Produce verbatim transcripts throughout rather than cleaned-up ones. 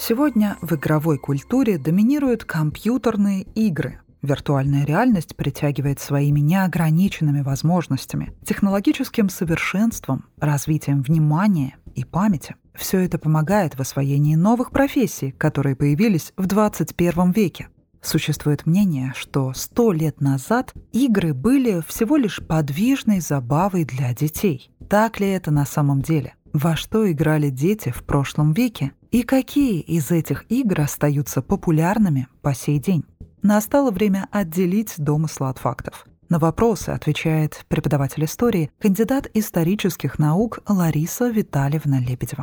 Сегодня в игровой культуре доминируют компьютерные игры. Виртуальная реальность притягивает своими неограниченными возможностями, технологическим совершенством, развитием внимания и памяти. Все это помогает в освоении новых профессий, которые появились в двадцать первом веке. Существует мнение, что сто лет назад игры были всего лишь подвижной забавой для детей. Так ли это на самом деле? Во что играли дети в прошлом веке? И какие из этих игр остаются популярными по сей день? Настало время отделить домыслы от фактов. На вопросы отвечает преподаватель истории, кандидат исторических наук Лариса Витальевна Лебедева.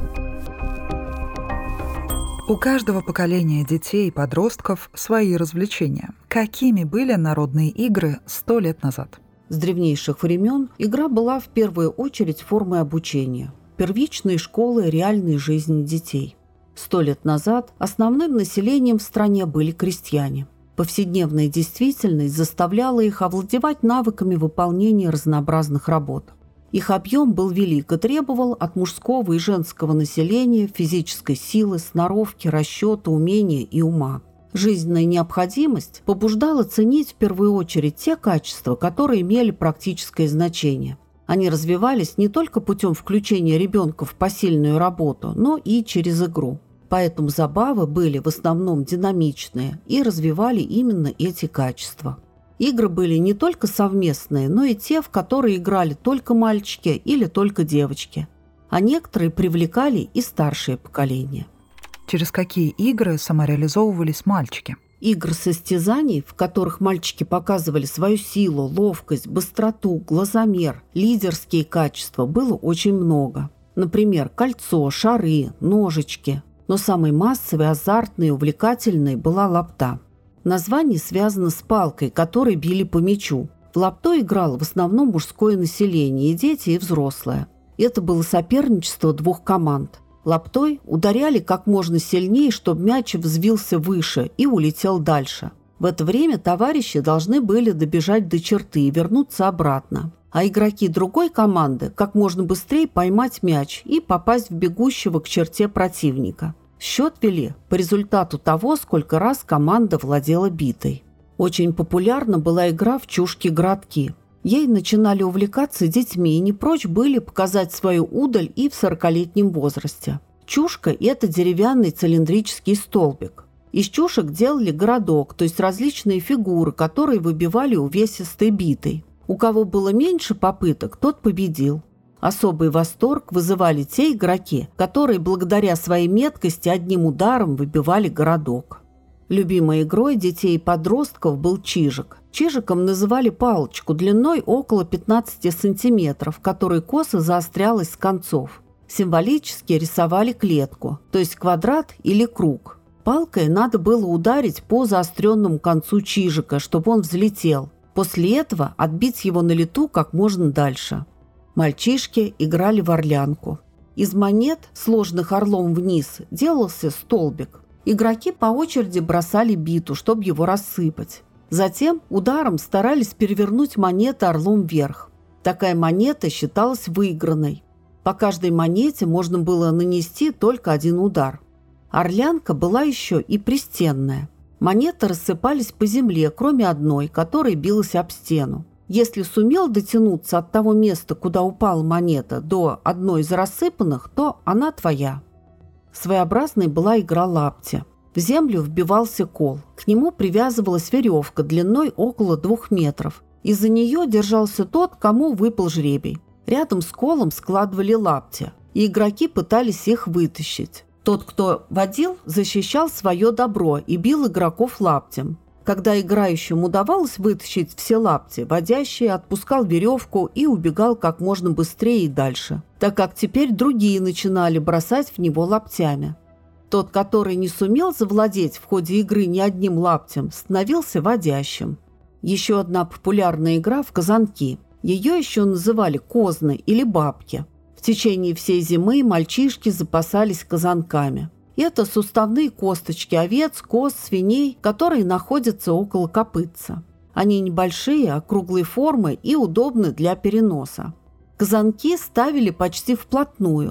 У каждого поколения детей и подростков свои развлечения. Какими были народные игры сто лет назад? С древнейших времен игра была в первую очередь формой обучения, первичной школы реальной жизни детей. Сто лет назад основным населением в стране были крестьяне. Повседневная действительность заставляла их овладевать навыками выполнения разнообразных работ. Их объем был велик и требовал от мужского и женского населения физической силы, сноровки, расчета, умения и ума. Жизненная необходимость побуждала ценить в первую очередь те качества, которые имели практическое значение. Они развивались не только путем включения ребенка в посильную работу, но и через игру. Поэтому забавы были в основном динамичные и развивали именно эти качества. Игры были не только совместные, но и те, в которые играли только мальчики или только девочки. А некоторые привлекали и старшее поколение. Через какие игры самореализовывались мальчики? Игр состязаний, в которых мальчики показывали свою силу, ловкость, быстроту, глазомер, лидерские качества, было очень много. Например, кольцо, шары, ножички. Но самой массовой, азартной и увлекательной была лапта. Название связано с палкой, которой били по мячу. В лапту играло в основном мужское население, и дети, и взрослые. Это было соперничество двух команд. Лаптой ударяли как можно сильнее, чтобы мяч взвился выше и улетел дальше. В это время товарищи должны были добежать до черты и вернуться обратно. А игроки другой команды как можно быстрее поймать мяч и попасть в бегущего к черте противника. Счет вели по результату того, сколько раз команда владела битой. Очень популярна была игра в чушки-городки. Ей начинали увлекаться детьми и не прочь были показать свою удаль и в сорокалетнем возрасте. Чушка – это деревянный цилиндрический столбик. Из чушек делали городок, то есть различные фигуры, которые выбивали увесистой битой. У кого было меньше попыток, тот победил. Особый восторг вызывали те игроки, которые благодаря своей меткости одним ударом выбивали городок. Любимой игрой детей и подростков был чижик. Чижиком называли палочку длиной около пятнадцати сантиметров, которая косо заострялась с концов. Символически рисовали клетку, то есть квадрат или круг. Палкой надо было ударить по заостренному концу чижика, чтобы он взлетел. После этого отбить его на лету как можно дальше. Мальчишки играли в орлянку. Из монет, сложенных орлом вниз, делался столбик. Игроки по очереди бросали биту, чтобы его рассыпать. Затем ударом старались перевернуть монеты орлом вверх. Такая монета считалась выигранной. По каждой монете можно было нанести только один удар. Орлянка была еще и пристенная. Монеты рассыпались по земле, кроме одной, которая билась об стену. Если сумел дотянуться от того места, куда упала монета, до одной из рассыпанных, то она твоя. Своеобразной была игра лапти. В землю вбивался кол. К нему привязывалась веревка длиной около двух метров. Из-за нее держался тот, кому выпал жребий. Рядом с колом складывали лапти, и игроки пытались их вытащить. Тот, кто водил, защищал свое добро и бил игроков лаптем. Когда играющим удавалось вытащить все лапти, водящий отпускал веревку и убегал как можно быстрее и дальше, так как теперь другие начинали бросать в него лаптями. Тот, который не сумел завладеть в ходе игры ни одним лаптем, становился водящим. Еще одна популярная игра в казанки. Ее еще называли козны или бабки. В течение всей зимы мальчишки запасались казанками. Это суставные косточки овец, коз, свиней, которые находятся около копытца. Они небольшие, округлой формы и удобны для переноса. Казанки ставили почти вплотную.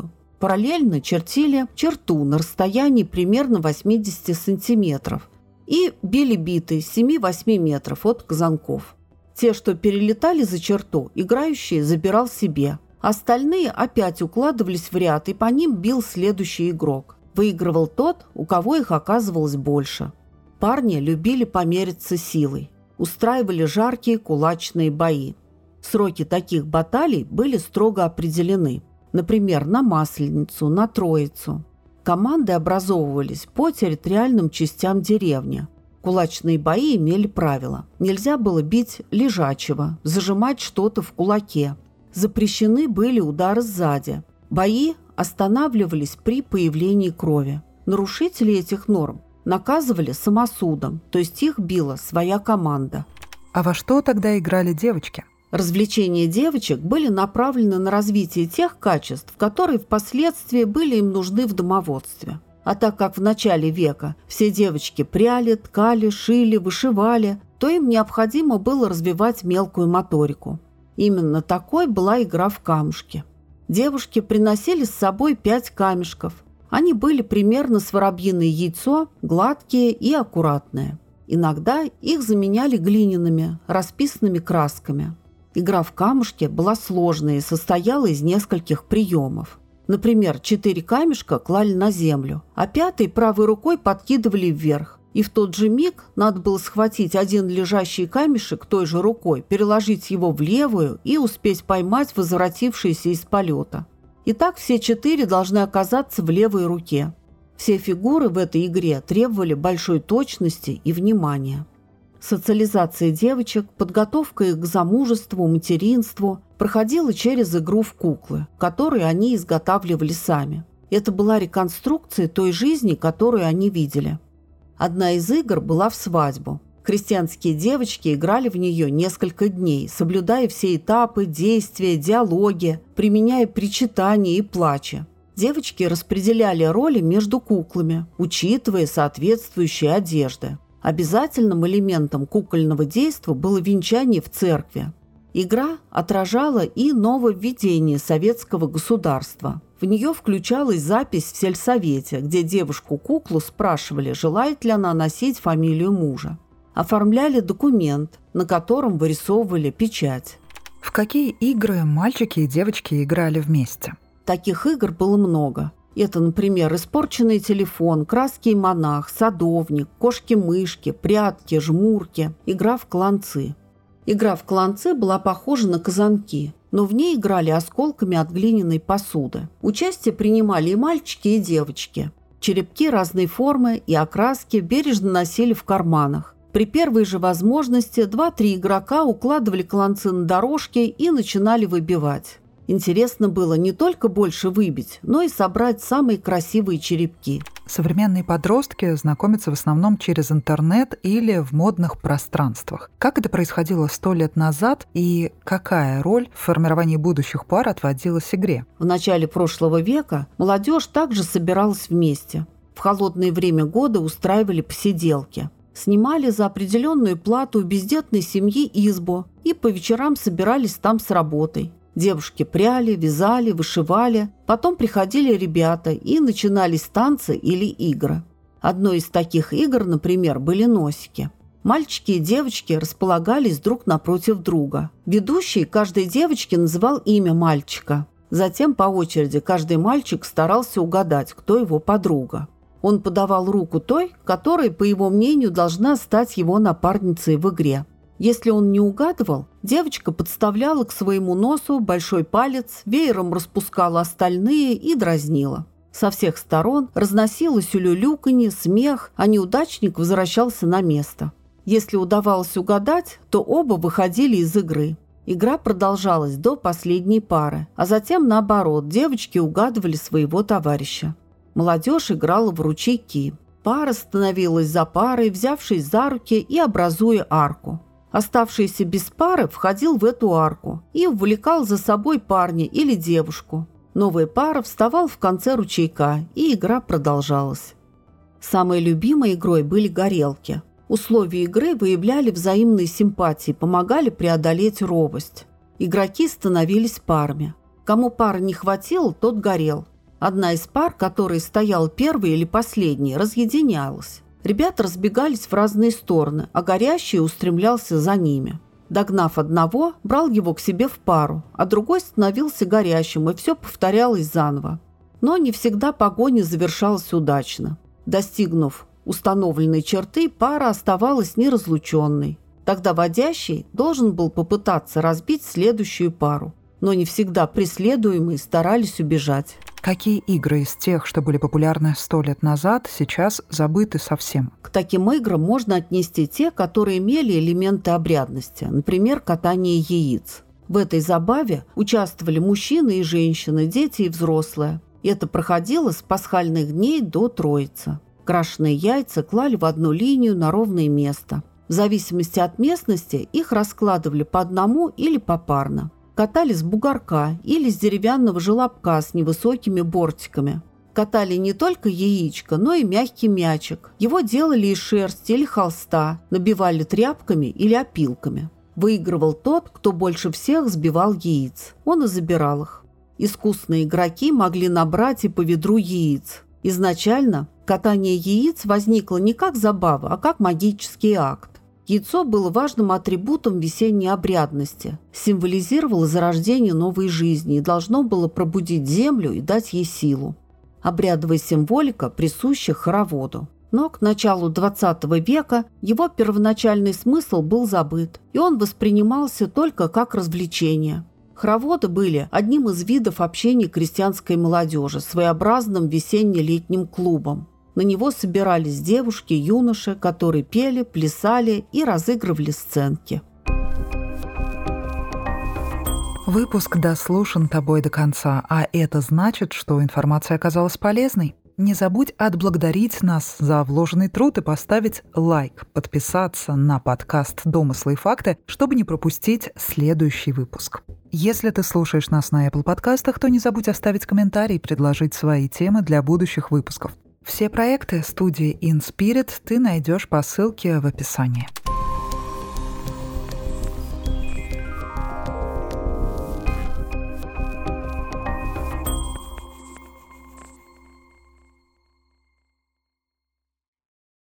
параллельно чертили черту на расстоянии примерно восемьдесят сантиметров и били биты семь-восемь метров от казанков. Те, что перелетали за черту, играющий забирал себе. Остальные опять укладывались в ряд, и по ним бил следующий игрок. Выигрывал тот, у кого их оказывалось больше. Парни любили помериться силой. Устраивали жаркие кулачные бои. Сроки таких баталий были строго определены. Например, на Масленицу, на Троицу. Команды образовывались по территориальным частям деревни. Кулачные бои имели правила. Нельзя было бить лежачего, зажимать что-то в кулаке. Запрещены были удары сзади. Бои останавливались при появлении крови. Нарушители этих норм наказывали самосудом, то есть их била своя команда. А во что тогда играли девочки? Развлечения девочек были направлены на развитие тех качеств, которые впоследствии были им нужны в домоводстве. А так как в начале века все девочки пряли, ткали, шили, вышивали, то им необходимо было развивать мелкую моторику. Именно такой была игра в камушки. Девушки приносили с собой пять камешков. Они были примерно с воробьиное яйцо, гладкие и аккуратные. Иногда их заменяли глиняными, расписанными красками. Игра в камушки была сложной и состояла из нескольких приемов. Например, четыре камешка клали на землю, а пятый правой рукой подкидывали вверх. И в тот же миг надо было схватить один лежащий камешек той же рукой, переложить его в левую и успеть поймать возвратившийся из полета. И так все четыре должны оказаться в левой руке. Все фигуры в этой игре требовали большой точности и внимания. Социализация девочек, подготовка их к замужеству, материнству проходила через игру в куклы, которые они изготавливали сами. Это была реконструкция той жизни, которую они видели. Одна из игр была в свадьбу. Крестьянские девочки играли в нее несколько дней, соблюдая все этапы, действия, диалоги, применяя причитания и плача. Девочки распределяли роли между куклами, учитывая соответствующие одежды. Обязательным элементом кукольного действа было венчание в церкви. Игра отражала и нововведение советского государства. В нее включалась запись в сельсовете, где девушку-куклу спрашивали, желает ли она носить фамилию мужа. Оформляли документ, на котором вырисовывали печать. В какие игры мальчики и девочки играли вместе? Таких игр было много. Это, например, испорченный телефон, краски и монах, садовник, кошки-мышки, прятки, жмурки, игра в кланцы. Игра в кланцы была похожа на казанки, но в ней играли осколками от глиняной посуды. Участие принимали и мальчики, и девочки. Черепки разной формы и окраски бережно носили в карманах. При первой же возможности два-три игрока укладывали кланцы на дорожки и начинали выбивать. Интересно было не только больше выбить, но и собрать самые красивые черепки. Современные подростки знакомятся в основном через интернет или в модных пространствах. Как это происходило сто лет назад и какая роль в формировании будущих пар отводилась игре? В начале прошлого века молодежь также собиралась вместе. В холодное время года устраивали посиделки. Снимали за определенную плату у бездетной семьи избу и по вечерам собирались там с работой. Девушки пряли, вязали, вышивали. Потом приходили ребята и начинались танцы или игры. Одной из таких игр, например, были носики. Мальчики и девочки располагались друг напротив друга. Ведущий каждой девочке называл имя мальчика. Затем по очереди каждый мальчик старался угадать, кто его подруга. Он подавал руку той, которая, по его мнению, должна стать его напарницей в игре. Если он не угадывал, девочка подставляла к своему носу большой палец, веером распускала остальные и дразнила. Со всех сторон разносилось улюлюканье, смех, а неудачник возвращался на место. Если удавалось угадать, то оба выходили из игры. Игра продолжалась до последней пары, а затем, наоборот, девочки угадывали своего товарища. Молодежь играла в ручейки. Пара становилась за парой, взявшись за руки и образуя арку. Оставшийся без пары входил в эту арку и увлекал за собой парня или девушку. Новая пара вставала в конце ручейка, и игра продолжалась. Самой любимой игрой были горелки. Условия игры выявляли взаимные симпатии, помогали преодолеть робость. Игроки становились парами. Кому пары не хватило, тот горел. Одна из пар, которой стоял первый или последний, разъединялась. Ребята разбегались в разные стороны, а горящий устремлялся за ними. Догнав одного, брал его к себе в пару, а другой становился горящим, и все повторялось заново. Но не всегда погоня завершалась удачно. Достигнув установленной черты, пара оставалась неразлученной. Тогда водящий должен был попытаться разбить следующую пару, но не всегда преследуемые старались убежать. Какие игры из тех, что были популярны сто лет назад, сейчас забыты совсем? К таким играм можно отнести те, которые имели элементы обрядности, например, катание яиц. В этой забаве участвовали мужчины и женщины, дети и взрослые. И это проходило с пасхальных дней до Троицы. Крашеные яйца клали в одну линию на ровное место. В зависимости от местности их раскладывали по одному или попарно. Катали с бугорка или с деревянного желобка с невысокими бортиками. Катали не только яичко, но и мягкий мячик. Его делали из шерсти или холста, набивали тряпками или опилками. Выигрывал тот, кто больше всех сбивал яиц. Он и забирал их. Искусные игроки могли набрать и по ведру яиц. Изначально катание яиц возникло не как забава, а как магический акт. Яйцо было важным атрибутом весенней обрядности, символизировало зарождение новой жизни и должно было пробудить землю и дать ей силу. Обрядовая символика присуща хороводу. Но к началу двадцатого века его первоначальный смысл был забыт, и он воспринимался только как развлечение. Хороводы были одним из видов общения крестьянской молодежи, своеобразным весенне-летним клубом. На него собирались девушки, юноши, которые пели, плясали и разыгрывали сценки. Выпуск дослушан тобой до конца, а это значит, что информация оказалась полезной. Не забудь отблагодарить нас за вложенный труд и поставить лайк, подписаться на подкаст «Домыслы и факты», чтобы не пропустить следующий выпуск. Если ты слушаешь нас на Apple подкастах, то не забудь оставить комментарий и предложить свои темы для будущих выпусков. Все проекты студии InSpirit ты найдешь по ссылке в описании.